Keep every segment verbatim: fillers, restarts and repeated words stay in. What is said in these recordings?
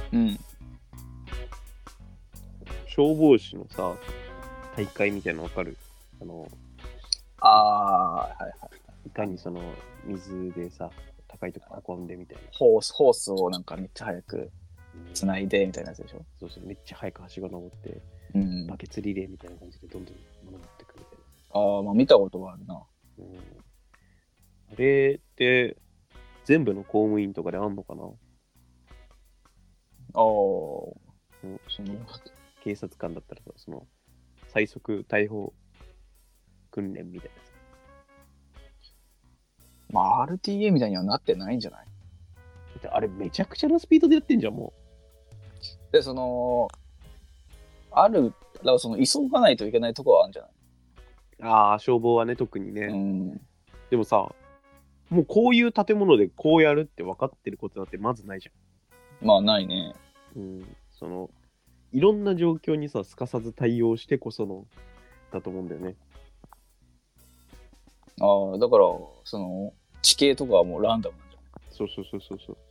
うん。 消防士のさ、大会みたいなのわかる？あの、 ああ、はいはい。 いかにその水でさ、高いとこ運んでみたいな。 ホース、ホースをなんかめっちゃ早く繋いでみたいなやつでしょ。 そうそう、めっちゃ早くはしご登って、 うん。 バケツリレーみたいな感じでどんどん物持ってくるみたいああ、まあ見たことはあるな。 な。うん、あれって全部の公務員とかであんのかな？ ああ、 うん、 その、 警察官だったらさ、その最速逮捕訓練みたいなさ。 まあ アールティーエー みたいにはなってないんじゃない？ だってあれめちゃくちゃなスピードでやってんじゃん、もで、その、ある、だからその急がないといけないところはあるんじゃない？ う。ああ、消防はね、特にね。 うん。 でもさ、もうこういう建物でこうやるって分かってることだってまずないじまあないね。 ゃん。うん。その、いろんな状況にさ、すかさず対応してこその、だと思うんだよね。 ああ、だから、その、地形とかはもうランダムなんじゃない？ そうそうそうそうそう。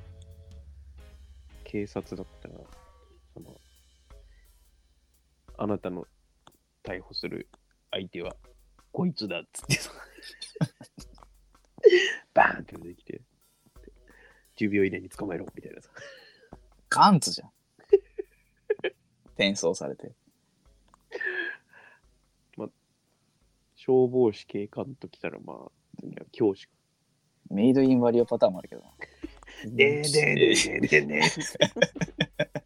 警察だったら、その、あなたの逮捕する相手は、こいつだっつってさ、バーンって出てきて、じゅうびょう以内に捕まえろみたいなさ。 ガンツじゃん。転送されて。 まあ、消防士警官ときたら、まあ、教師。 メイドインワリオパターンもあるけどな。 でーでーでーでーでーでー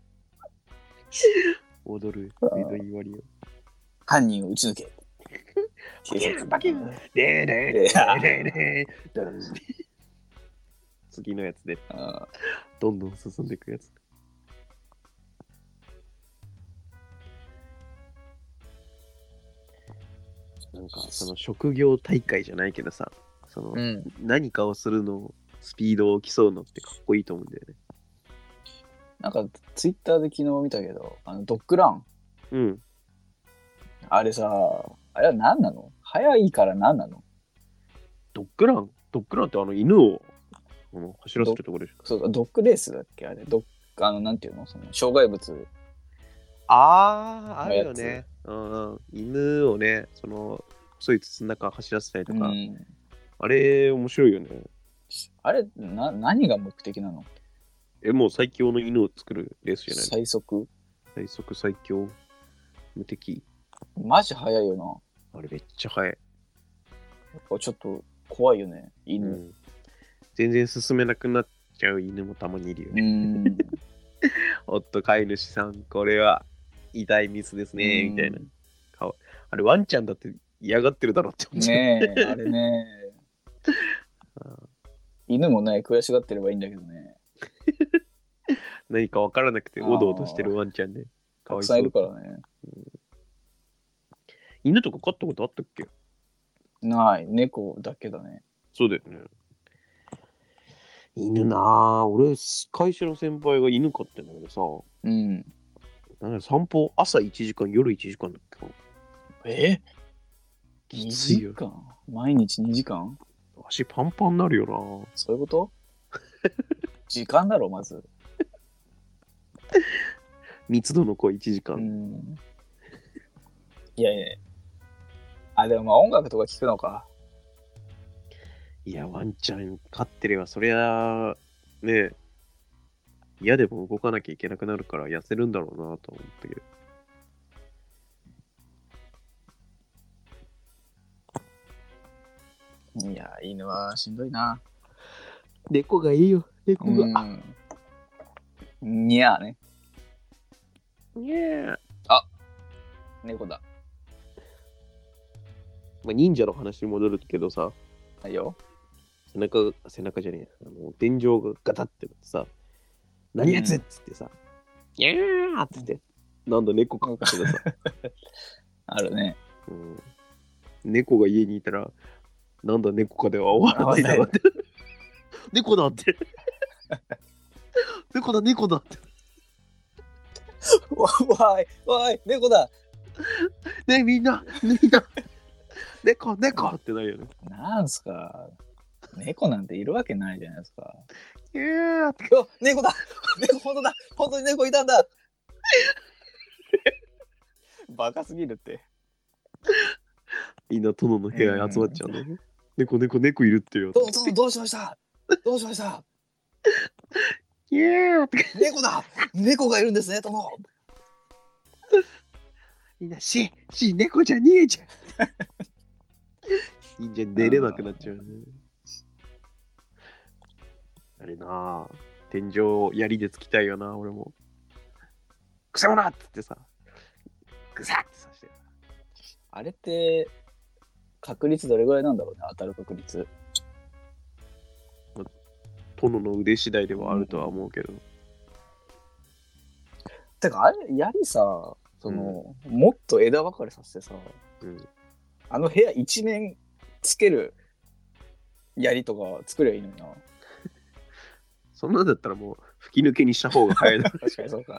踊るメイドインワリオ。 犯人を撃ち抜け。 バキュンバキュンでーでーでーでーでー次のやつで、どんどん進んでいくやつ。なんか、その職業大会じゃないけどさ、その、 うん、 何かをするの、スピードを競うのってかっこいいと思うんだよね。 なんか、ツイッターで昨日見たけど、あのドッグラン。 うん。 あれさ、あれは何なの？速いから何なの？ ドッグランドッグランってあの犬をあの走らせるところでしょ。 そうか、ドッグレースだっけあれ。ドッあの、なんていうの？その障害物。 ああ、あるよのやね。うんうん。犬をね、その、細い筒の中走らせたりとか、 うん。 あれ、面白いよね。 あれ、な、何が目的なの？ え、もう最強の犬を作るレースじゃないの？ 最速？ 最速最強無敵。 マジ速いよな。 あれめっちゃ速い。 やっぱちょっと怖いよね、 う犬。 ん。全然進めなくなっちゃう犬もたまにいるようね。 ん。 おっと、飼い主さん、これは痛いミスですね、 うんみたいな。顔あれ、ワンちゃんだって嫌がってるだろって思っちゃう。 ねえ、あれね。犬もね、悔しがってればいいんだけどね。 何か分からなくて、 あーおどおどしてるワンちゃんで。かわいそう。 たくさんいるからね。 犬とか飼ったことあったっけ？ ない、猫だけだね。 そうだよね。犬なぁ。俺、会社の先輩が犬飼ってんだけどさ、 うん。 なんか散歩朝いちじかん、夜いちじかんだっけか。 えき ?についよ。 時間毎日にじかん？ 足パンパンになるよな。 そういうこと時間だろ、まず。 密度の濃いいちじか。 うんん。いやいや。あ、でもまあ音楽とか聞くのか。 いや、ワンちゃん飼ってれば、そりゃ、ね、嫌でも動かなきゃいけなくなるから痩せるんだろうなと思ったけど。 いや、犬はしんどいな。 猫がいいよ、猫が。 うん。にゃーね。 にゃー。 猫だ。 まあ、忍者の話に戻るけどさ、 はいよ。 背中、背中じゃねえや、あの天井がガタってなってさ、何やつっつってさ、にゃーっつって、なんだ猫かってさ、 あるね。 うん、猫が家にいたら、なんだ猫かでは終わらないだろうって。猫だって。猫だ、猫だって。 わーい、わーい、猫だ。 ねえみんな、みんな、猫、猫ってなるよね。 なんすか。 猫なんているわけないじゃないですか。 いやーってあ、猫だ猫、本当だ本当に猫いたんだバカすぎるって。 みんな殿の部屋に集まっちゃうんだよね。猫、猫、猫いるってよ。 どうどうどうしましたどうしましたいやーって猫だ猫がいるんですね、殿。 みんな、し、し、猫じゃ逃げちゃう。いいんじゃん、寝れなくなっちゃうね。あれなぁ、天井槍でつきたいよな、俺も。くせ者っつってさ、ぐさってさして。 あれって確率どれぐらいなんだろうね、当たる確率。 殿の腕次第ではあるとは思うけど。 てかあれ槍さ、その、うん、もっと枝分かれさせてさ、うん、あの部屋一面つける槍とか作ればいいのにな。 そんなんだったらもう吹き抜けにした方が早いな。 確かにそうか。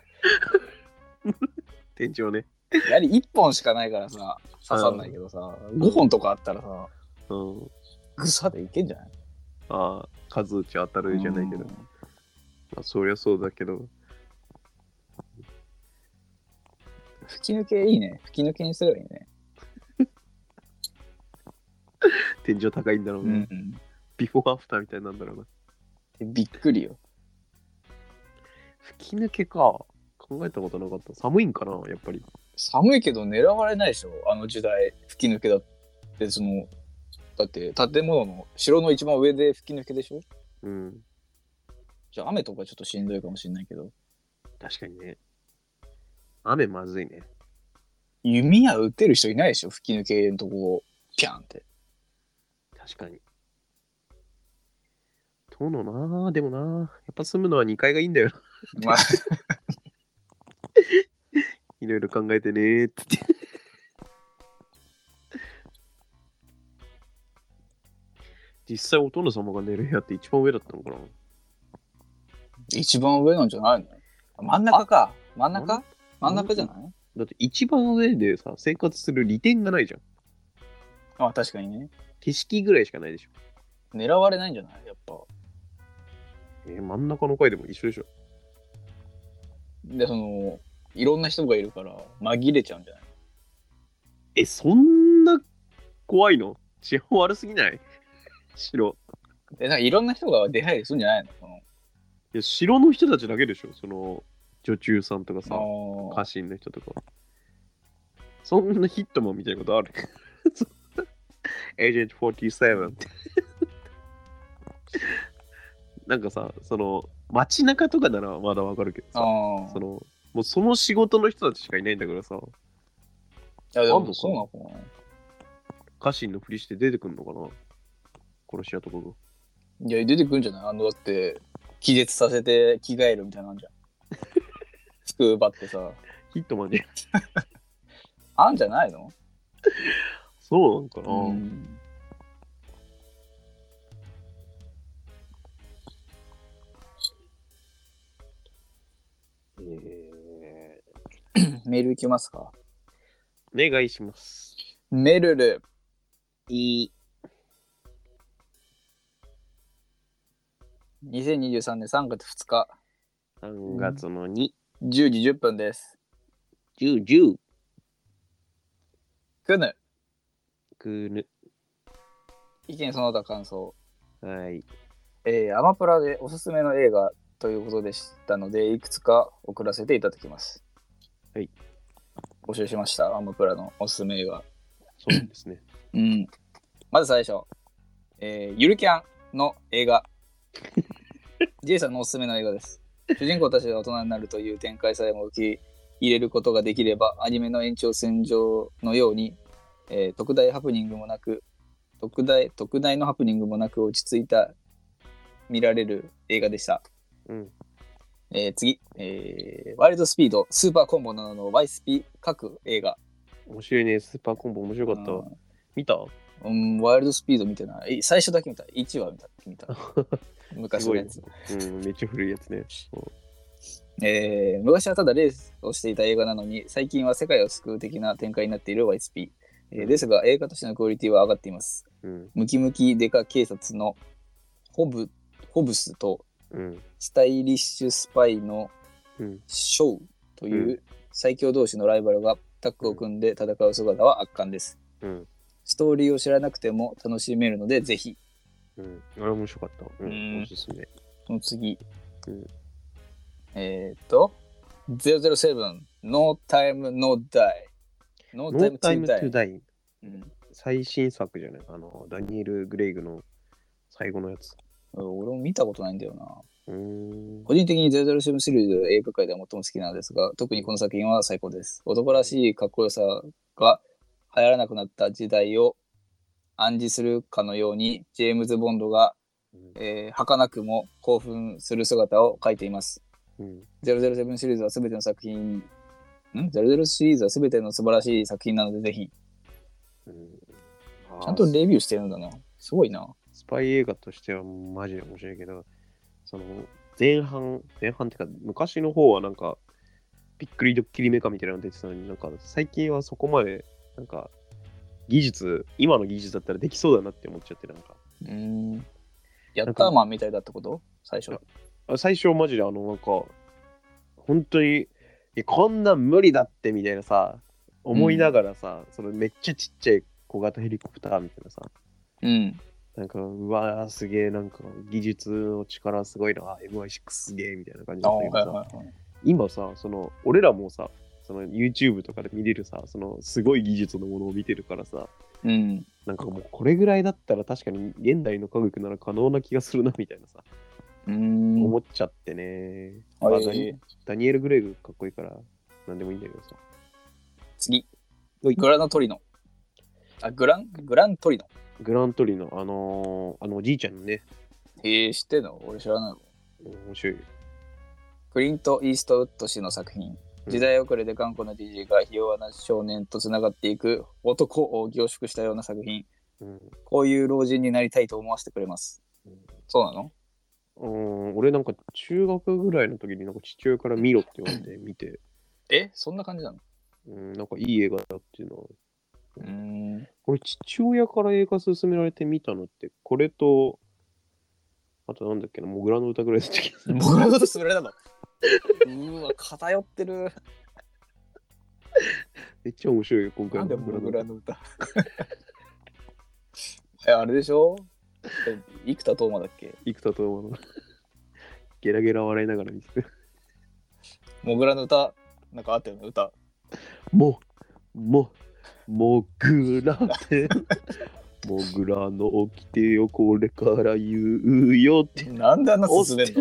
天井ね。 槍いっぽんしかないからさ、刺さんないけどさ、ごほんとかあったらさ、うん、ぐさでいけんじゃない？ ああ、数打ち当たるじゃないけど。まあ、そりゃそうだけど。 吹き抜けいいね。吹き抜けにすればいいね。 天井高いんだろうね。うんうん、ビフォーアフターみたいなんだろうな。 びっくりよ。 吹き抜けか。考えたことなかった。寒いんかな、やっぱり。 寒いけど狙われないでしょ。あの時代、吹き抜けだって、その、だって建物の城の一番上で吹き抜けでしょ。うん。じゃあ雨とかちょっとしんどいかもしれないけど。 確かにね。雨まずいね。 弓矢撃てる人いないでしょ、吹き抜けのとこをピャンって。 確かに。殿なぁ、でもなぁ、やっぱ住むのはにかいがいいんだよ。まあ、いろいろ考えてねーって。実際お殿様が寝る部屋って一番上だったのかな。 一番上なんじゃないの？真ん中か。真ん中真ん中じゃない？ だって一番上でさ、生活する利点がないじゃん。 あ、確かにね。 景色ぐらいしかないでしょ。 狙われないんじゃないやっぱ。 えー、真ん中の階でも一緒でしょ。 で、その、いろんな人がいるから紛れちゃうんじゃない？ え、そんな怖いの？治安悪すぎない？城。 え、なんかいろんな人が出入りするんじゃないの？そのいや、城の人たちだけでしょ。その、女中さんとかさ、家臣の人とか。そんなヒットマンみたいなことある？エージェントよんじゅうななって。なんかさ、その、街中とかならまだわかるけどさ、その、もうその仕事の人たちしかいないんだからさ。 いや、でもそうなのかな。 家臣のふりして出てくんのかな、殺し屋とかが。 いや、出てくんじゃない？あの、だって、気絶させて着替えるみたいなのあんじゃん。服奪ってさ。 ヒットマンじゃん。 あんじゃないの？ そうなんかな、うん、 えー、メールいきますか？ お願いします。 メルル。 いい。 にせんにじゅうさんねんさんがつふつか。 さんがつのに。 じゅうじじゅっぷんです。 じゅう、じゅう。 くぬ。 くぬ。 意見その他感想。 はい。 えー、アマプラでおすすめの映画ということでしたので、いくつか送らせていただきます。 はい。 募集しました、アマプラのおすすめ映画。 そうですね。 うん。まず最初、えー、ゆるキャンの映画。J さんのおすすめの映画です。主人公たちが大人になるという展開さえも受け入れることができれば、アニメの延長線上のように、えー、特大ハプニングもなく、特大、特大のハプニングもなく落ち着いた見られる映画でした。うん。えー、次、えー、ワイルドスピード、スーパーコンボなどのワイスピ各映画。 面白いね、スーパーコンボ面白かった。うん、見た？ うん、ワイルドスピード見てない。最初だけ見た。いちわ見た。見た昔のやつ。 うん、めっちゃ古いやつね。 えー、昔はただレースをしていた映画なのに、最近は世界を救う的な展開になっている ワイエスピー。えー、ですが、映画としてのクオリティは上がっています。うん、ムキムキデカ警察のホブホブスとうん。 スタイリッシュスパイのうん。 ショウというう最強同士のライバルがタッグを組んで戦う姿は圧巻です。 うん。 ストーリーを知らなくても楽しめるのでぜひ。 うん。あれ面白かった。う。 うんんおすすめ。 その次、 うんえーっとゼロゼロセブン No Time No Die No ノータイ Time ム to トゥ Die、 ダイ。 うん最新作じゃないあの、ダニエル・グレイグの最後のやつ。 俺も見たことないんだよな。 うーん。 個人的にゼロゼロセブンシリーズは映画界では最も好きなのですが、特にこの作品は最高です。男らしいかっこよさが流行らなくなった時代を暗示するかのように、ジェームズ・ボンドが、えー、儚くも興奮する姿を描いています。 うん。 ゼロゼロセブンシリーズは全ての作品、ん ?ゼロゼロ シリーズは全ての素晴らしい作品なので、ぜひ。 うんちゃんとレビューしてるんだな。すごいな。 スパイ映画としてはマジで面白いけど、その前半、前半ってか昔の方はなんかびっくりドッキリメカみたいなの出てたのに、なんか最近はそこまでなんか技術、今の技術だったらできそうだなって思っちゃって、なんか。 うーん。ヤッターマンみたいだってこと最初。 あ最初マジであのなんか本当にいやこんなん無理だってみたいなさ、思いながらさ、そのめっちゃちっちゃい小型ヘリコプターみたいなさ、 うん。 なんか、うわーすげえ、なんか技術の力すごいな、エムアイシックス すげえみたいな感じだあったけどさ、 はいはいはい。 今さ、その俺らもさ、その YouTube とかで見れるさ、そのすごい技術のものを見てるからさ、 うん。 なんかもうこれぐらいだったら確かに現代の科学なら可能な気がするなみたいなさ、 うーん。 思っちゃってね。 あまあダニえーダニエル・グレイグかっこいいから、なんでもいいんだけどさ。 次。 はいグラナトリノ。あ、グラングラントリノ。 グラントリの、あのー、あのおじいちゃんのね、 へえ、知ってんの俺知らないわ。 うん面白いよ。 クリント・イーストウッド氏の作品。時代遅れで頑固な ディージェー がひ弱な少年とつながっていく男を凝縮したような作品。 うんこういう老人になりたいと思わせてくれます。 うんそうなのうん俺なんか中学ぐらいの時になんか父親から見ろって言われて見て、 えそんな感じなのうん、なんかいい映画だっていうのは。 うーん。 これ父親から映画勧められて見たのって、これと、あとなんだっけな、モグラの歌ぐらいだった気がする。 僕のことそれなのうーわ、偏ってる。 めっちゃ面白いよ、今回なんでのモグラの歌。 僕らの歌え、あれでしょえ生田斗真だっけ生田斗真のゲラゲラ笑いながら見てる。 モグラの歌なんかあったよね、歌。 も、も、もぐらって、もぐらの起きてよ、これから言うよって。 なんであんな進めんの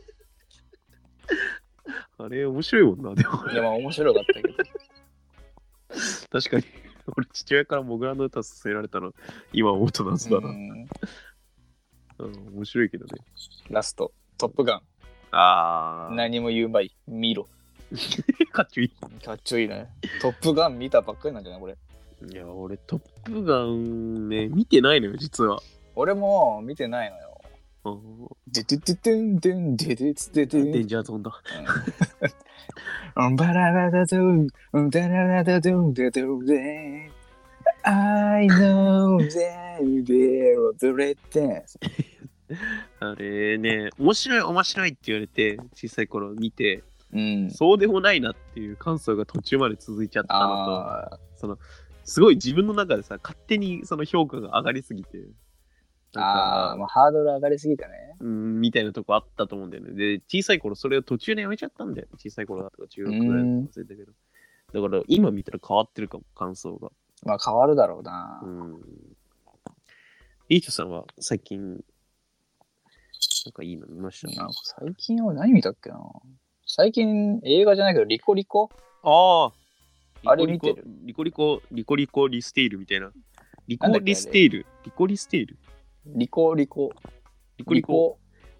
あれ面白いもんな、でも。 いや、まあ面白かったけど。 確かに、俺父親からモグラの歌勧められたの、今思うと謎だな。 うんうん面白いけどね。 ラスト、トップガン。 あー。 何も言うまい。見ろ。 かっちょいい。 かっちょいいね。トップガン見たばっかりなんじゃないこれ。 いや、俺、トップガンね、見てないのよ、実は。 俺も見てないのよ。デデデデンデンデデデデデデンンジャーゾーンだ。 うんバラバラドゥンダララダドゥンダドゥデ I know that they're the red dance あれね、面白い、面白いって言われて、小さい頃見て、 うん。 そうでもないなっていう感想が途中まで続いちゃったのと、 あその、すごい自分の中でさ、勝手にその評価が上がりすぎて、 あ、 なんああ、 かまあ、ハードル上がりすぎたね。 うん、みたいなとこあったと思うんだよね。で、小さい頃それを途中でやめちゃったんだよね。小さい頃だとか中学ぐらいだと忘れたけど。だから今見たら変わってるかも、感想が。 まあ変わるだろうな。 うん。イートさんは最近、なんかいいの見ましたね。 なんか最近俺何見たっけな。最近映画じゃないけど、リコリコあああれ見てるリコリコ、リコリコリステイルみたいな。リコなんだっけリステイル。リコリステイル。 リコリコ。 リコリコ。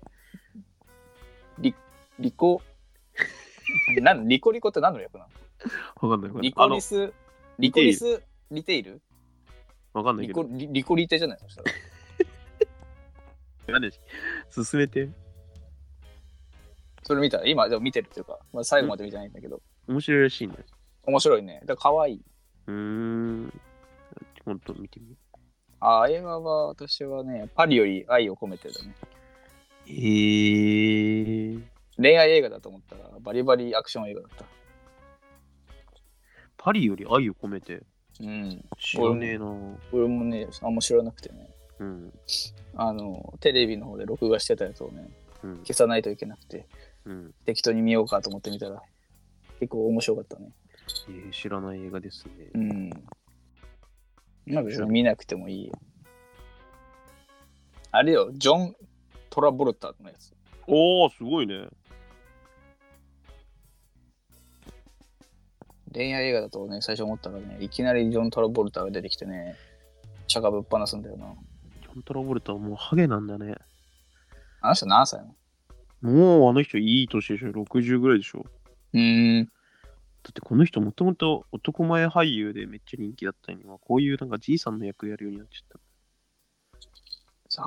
リリコ。なんリコリコって何の略なのわかんないわかんない。 リコリス、リコリス、リテイルわかんないけど。 リコリリコリテじゃないそしたら。 なんで進めて。 それ見た今でも見てるっていうか、まあ、最後まで見てないんだけど、 面白いらしいね。 面白いね。だから可愛い。 うーん。ほんと見てみよああ、映画は私はね、パリより愛を込めてだね。 えー、 恋愛映画だと思ったらバリバリアクション映画だった。 パリより愛を込めて。 うん。 知らねえな。 俺もね、あんま知らなくてね。 うん。 あの、テレビの方で録画してたやつをね、 うん、 消さないといけなくて、 うん、 適当に見ようかと思ってみたら、結構面白かったね。 えー、知らない映画ですね。 うん。なんか見なくてもいいよ。あれよ、ジョン・トラボルタのやつ。 おー、すごいね。 恋愛映画だとね、最初思ったらね、いきなりジョン・トラボルタが出てきてね、茶がぶっ放すんだよな。 ジョン・トラボルタはもうハゲなんだね。 あの人何歳なの？ もうあの人いい年でしょ。ろくじゅうぐらいでしょ。 うーん。 だってこの人もともと男前俳優でめっちゃ人気だったのに、こういうなんかじいさんの役やるようになっちゃった。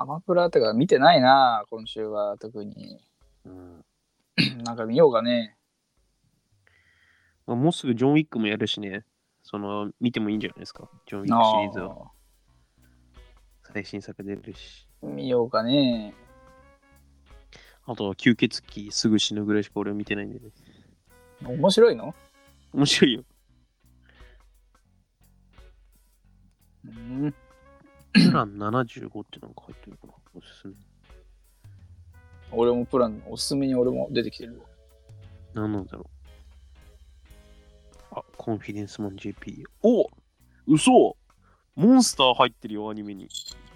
アマプラってか見てないな、今週は特に。 うん、 なんか見ようかね。 まあ、もうすぐジョン・ウィックもやるしね。その、見てもいいんじゃないですか。ジョン・ウィックシリーズは。最新作出るし。 見ようかね。 あとは吸血鬼すぐ死ぬぐらいしか俺は見てないんでね。 面白いの？ 面白いよ。 うん。 プランななじゅうごってなんか入ってるかな。おすすめ。 俺もプラン、おすすめに俺も出てきてるよ。 何なんだろう。あ、コンフィデンスマン ジェーピー。お、嘘モンスター入ってるよ、アニメに。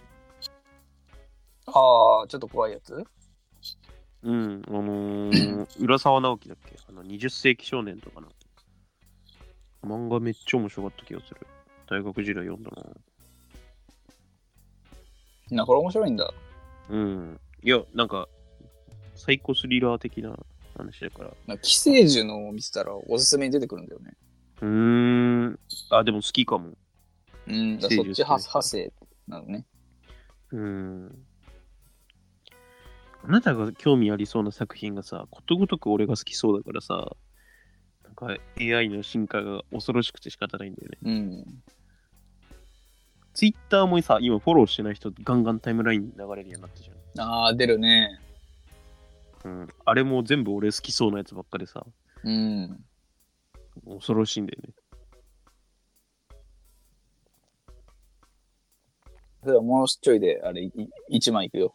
ああ、ちょっと怖いやつ？ うん、あのー、浦沢直樹だっけあの、はたち世紀少年とかな。漫画めっちゃ面白かった気がする。大学時代読んだな。 な、これ面白いんだ。 うん。いや、なんか、サイコスリラー的な話だから。 なんか寄生獣のを見てたらおすすめに出てくるんだよね。 うーん。あ、でも好きかも。 うん、だそっち派派生なのね。 うん。あなたが興味ありそうな作品がさ、ことごとく俺が好きそうだからさ、なんか エーアイ の進化が恐ろしくて仕方ないんだよね。 うん。 ツイッターもさ、今フォローしてない人ガンガンタイムラインに流れるようになったじゃん。 ああ、出るね。 うん。あれも全部俺好きそうなやつばっかでさ、 うん。 恐ろしいんだよね。 それはもうちょいで、あれ、いちまんいくよ。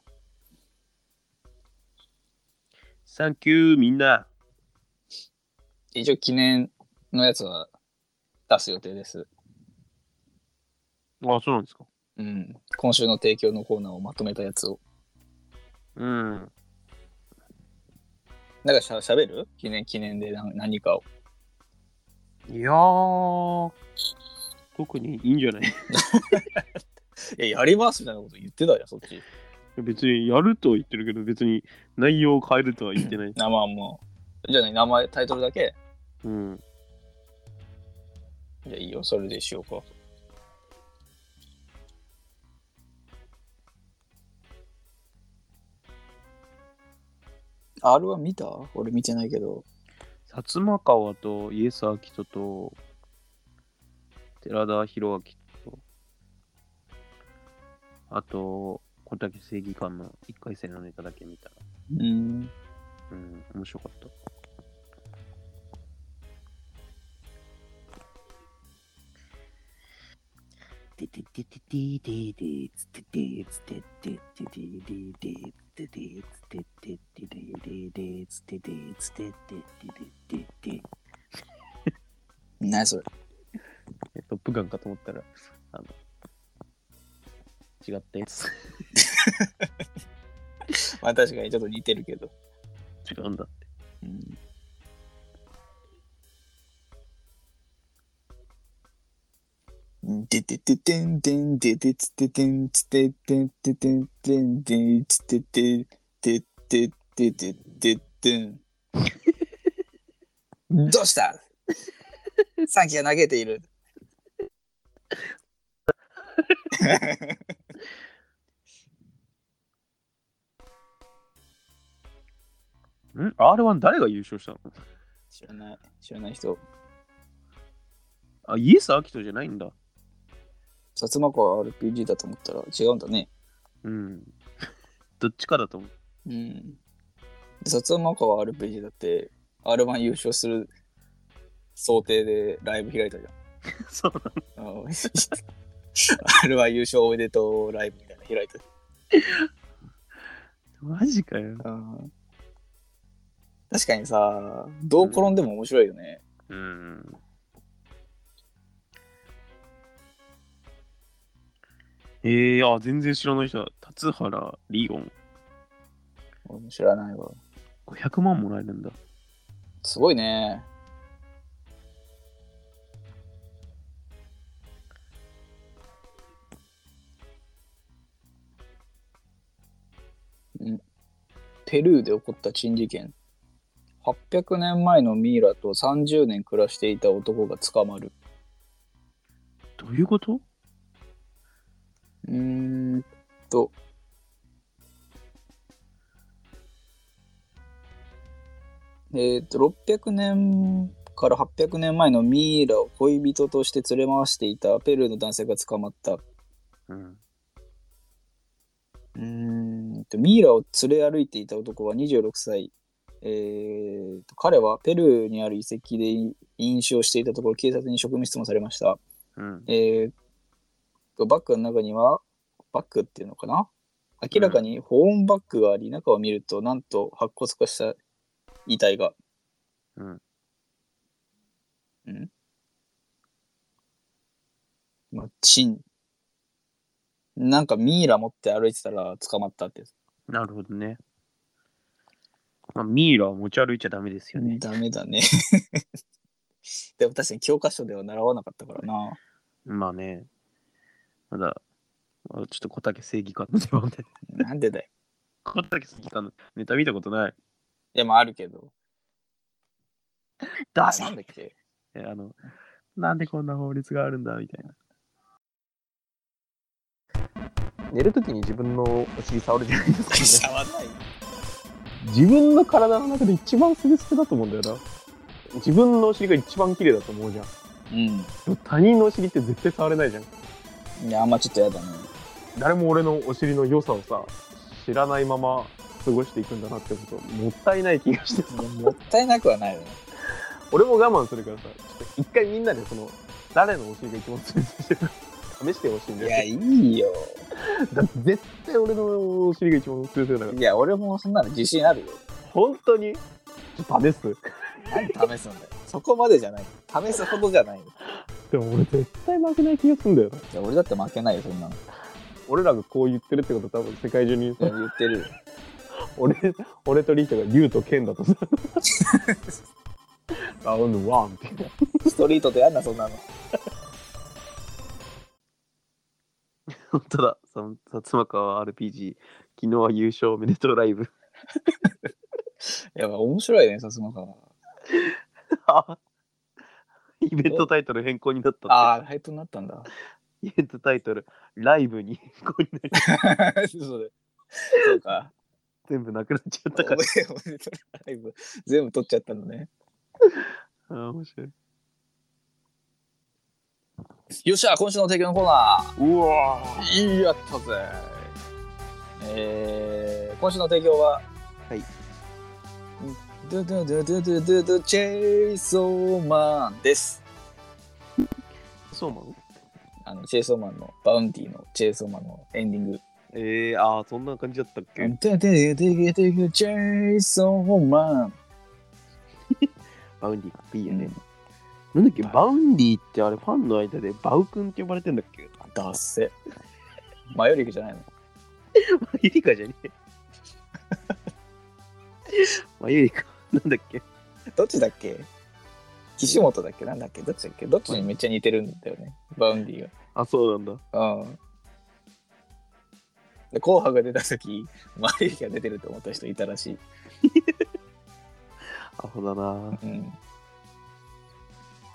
サンキューみんな。 一応記念のやつは出す予定です。 あ、そうなんですか。 うん。今週の提供のコーナーをまとめたやつを。 うん。 なんかしゃ、しゃべる記念記念で何何かを。 いやー、特にいいんじゃないいや、やりますみたいなこと言ってたよ、そっち。 別にやるとは言ってるけど、別に内容を変えるとは言ってない。 あ、まあもう。じゃあね、名前、タイトルだけ。 うん。 じゃあいいよ、それでしようか。アール は見た？俺見てないけど。 薩摩川とイエス・アキトと寺田博明と、あと小竹正義感のいっかい戦のネタだけ見た。 うん。 うん、面白かった。てててててててつててつてててててててつててててつててつてててて。 何それ？ トップガンかと思ったら、あの、違ったやつ。 まあ確かにちょっと似てるけど。 違うんだって。 うんててててんてんててつててんつててんててんてんてんつててててててててん。どうしたサンキが投げている。 ん ?アールワン 誰が優勝したの？ 知らない。知らない人。 あ、イエス・アキトじゃないんだ。 薩摩川 アールピージー だと思ったら違うんだね。 うん。どっちかだと思う。 うん。で薩摩川 アールピージー だって アールワン 優勝する想定でライブ開いたじゃん。 そうなの アールワン 優勝おめでとうライブみたいなの開いた。 マジかよ。 うん確かにさ、どう転んでも面白いよね。 うん。うんえー、あ、全然知らない人だ。達原リオン。 俺も知らないわ。 ごひゃくまんもらえるんだ。 すごいね。うん。ペルーで起こった珍事件。はっぴゃくねんまえのミイラとさんじゅうねん暮らしていた男が捕まる。 どういうこと？ うーんと、えっと、ろっぴゃくねんからはっぴゃくねんまえのミイラを恋人として連れ回していたペルーの男性が捕まった。 うん。 うーんと、ミイラを連れ歩いていた男はにじゅうろくさい。えーと、彼はペルーにある遺跡で飲酒をしていたところ、警察に職務質問されました。 うん。 えーと、バッグの中には、バッグっていうのかな明らかに保温バッグがあり、中を見ると、なんと白骨化した遺体が。 うん。 んまあ、チン。なんかミイラ持って歩いてたら捕まったって。 なるほどね。まあ、ミイラは持ち歩いちゃダメですよね。 ダメだね。でも確かに教科書では習わなかったからな。 まあね。まだ、まあちょっと小竹正義感の出番で。 なんでだよ。 小竹正義感のネタ見たことない。 いや、まああるけど。 だあなんだっけえあの、なんでこんな法律があるんだみたいな。寝るときに自分のお尻触るじゃないですか、ね。 触らない。 自分の体の中で一番スベスベだと思うんだよな。自分のお尻が一番綺麗だと思うじゃん。 うん。 でも他人のお尻って絶対触れないじゃん。 いや、あんまちょっとやだね。 誰も俺のお尻の良さをさ、知らないまま過ごしていくんだなってこと、もったいない気がしてさ。 もったいなくはないよね。 俺も我慢するからさ、ちょっと一回みんなでその、誰のお尻が一番スベスベしてるか試してほしいんだよ。 いや、いいよ。 だって絶対俺のお尻が一番スベスベだから。 いや、俺もそんなの自信あるよ。 本当にちょっと試す。 何試すんだよ。そこまでじゃない。試すほどじゃないよ。 でも俺絶対負けない気がするんだよな。 いや、俺だって負けないよ、そんなの。 俺らがこう言ってるってこと多分世界中にさ、 言ってるよ。 俺、俺とリータが竜と剣だとさ、ラウンドワンって。 ストリートでやんな、そんなの。 本当だ、その薩摩川 アールピージー、昨日は優勝おめでとうライブ。 いや、面白いね、さすがか。 イベントタイトル変更になったって。 ああ、ハイプになったんだ。 イベントタイトル、ライブに変更になりそうそうか。 全部なくなっちゃったから。 おめでとうライブ全部撮っちゃったのね。 ああ、面白い。 よっしゃ、今週の提供のコーナー。 うわーやったぜ。えー、今週の提供は、 はい。 ドゥドゥドゥドゥドゥドゥドゥチェイソーマンです。 そうなの？ あの、チェイソーマンの、バウンティのチェイソーマンのエンディング。 えー、ああ、そんな感じだったっけ？ ドゥドゥドゥドゥドゥチェイソーマン。 バウンディ、いいよね。なんだっけ、バウンディってあれファンの間でバウ君って呼ばれてんだっけ？ ダッセ。マヨリクじゃないの？ マユリカじゃねえ。マユリカ、なんだっけ？ どっちだっけ？岸本だっけ？なんだっけ？どっちだっけ？どっちにめっちゃ似てるんだよね、バウンディが。 あ、そうなんだ。 うん。で、紅白が出た時、マヨリクが出てると思った人いたらしい。 アホだな。 うん。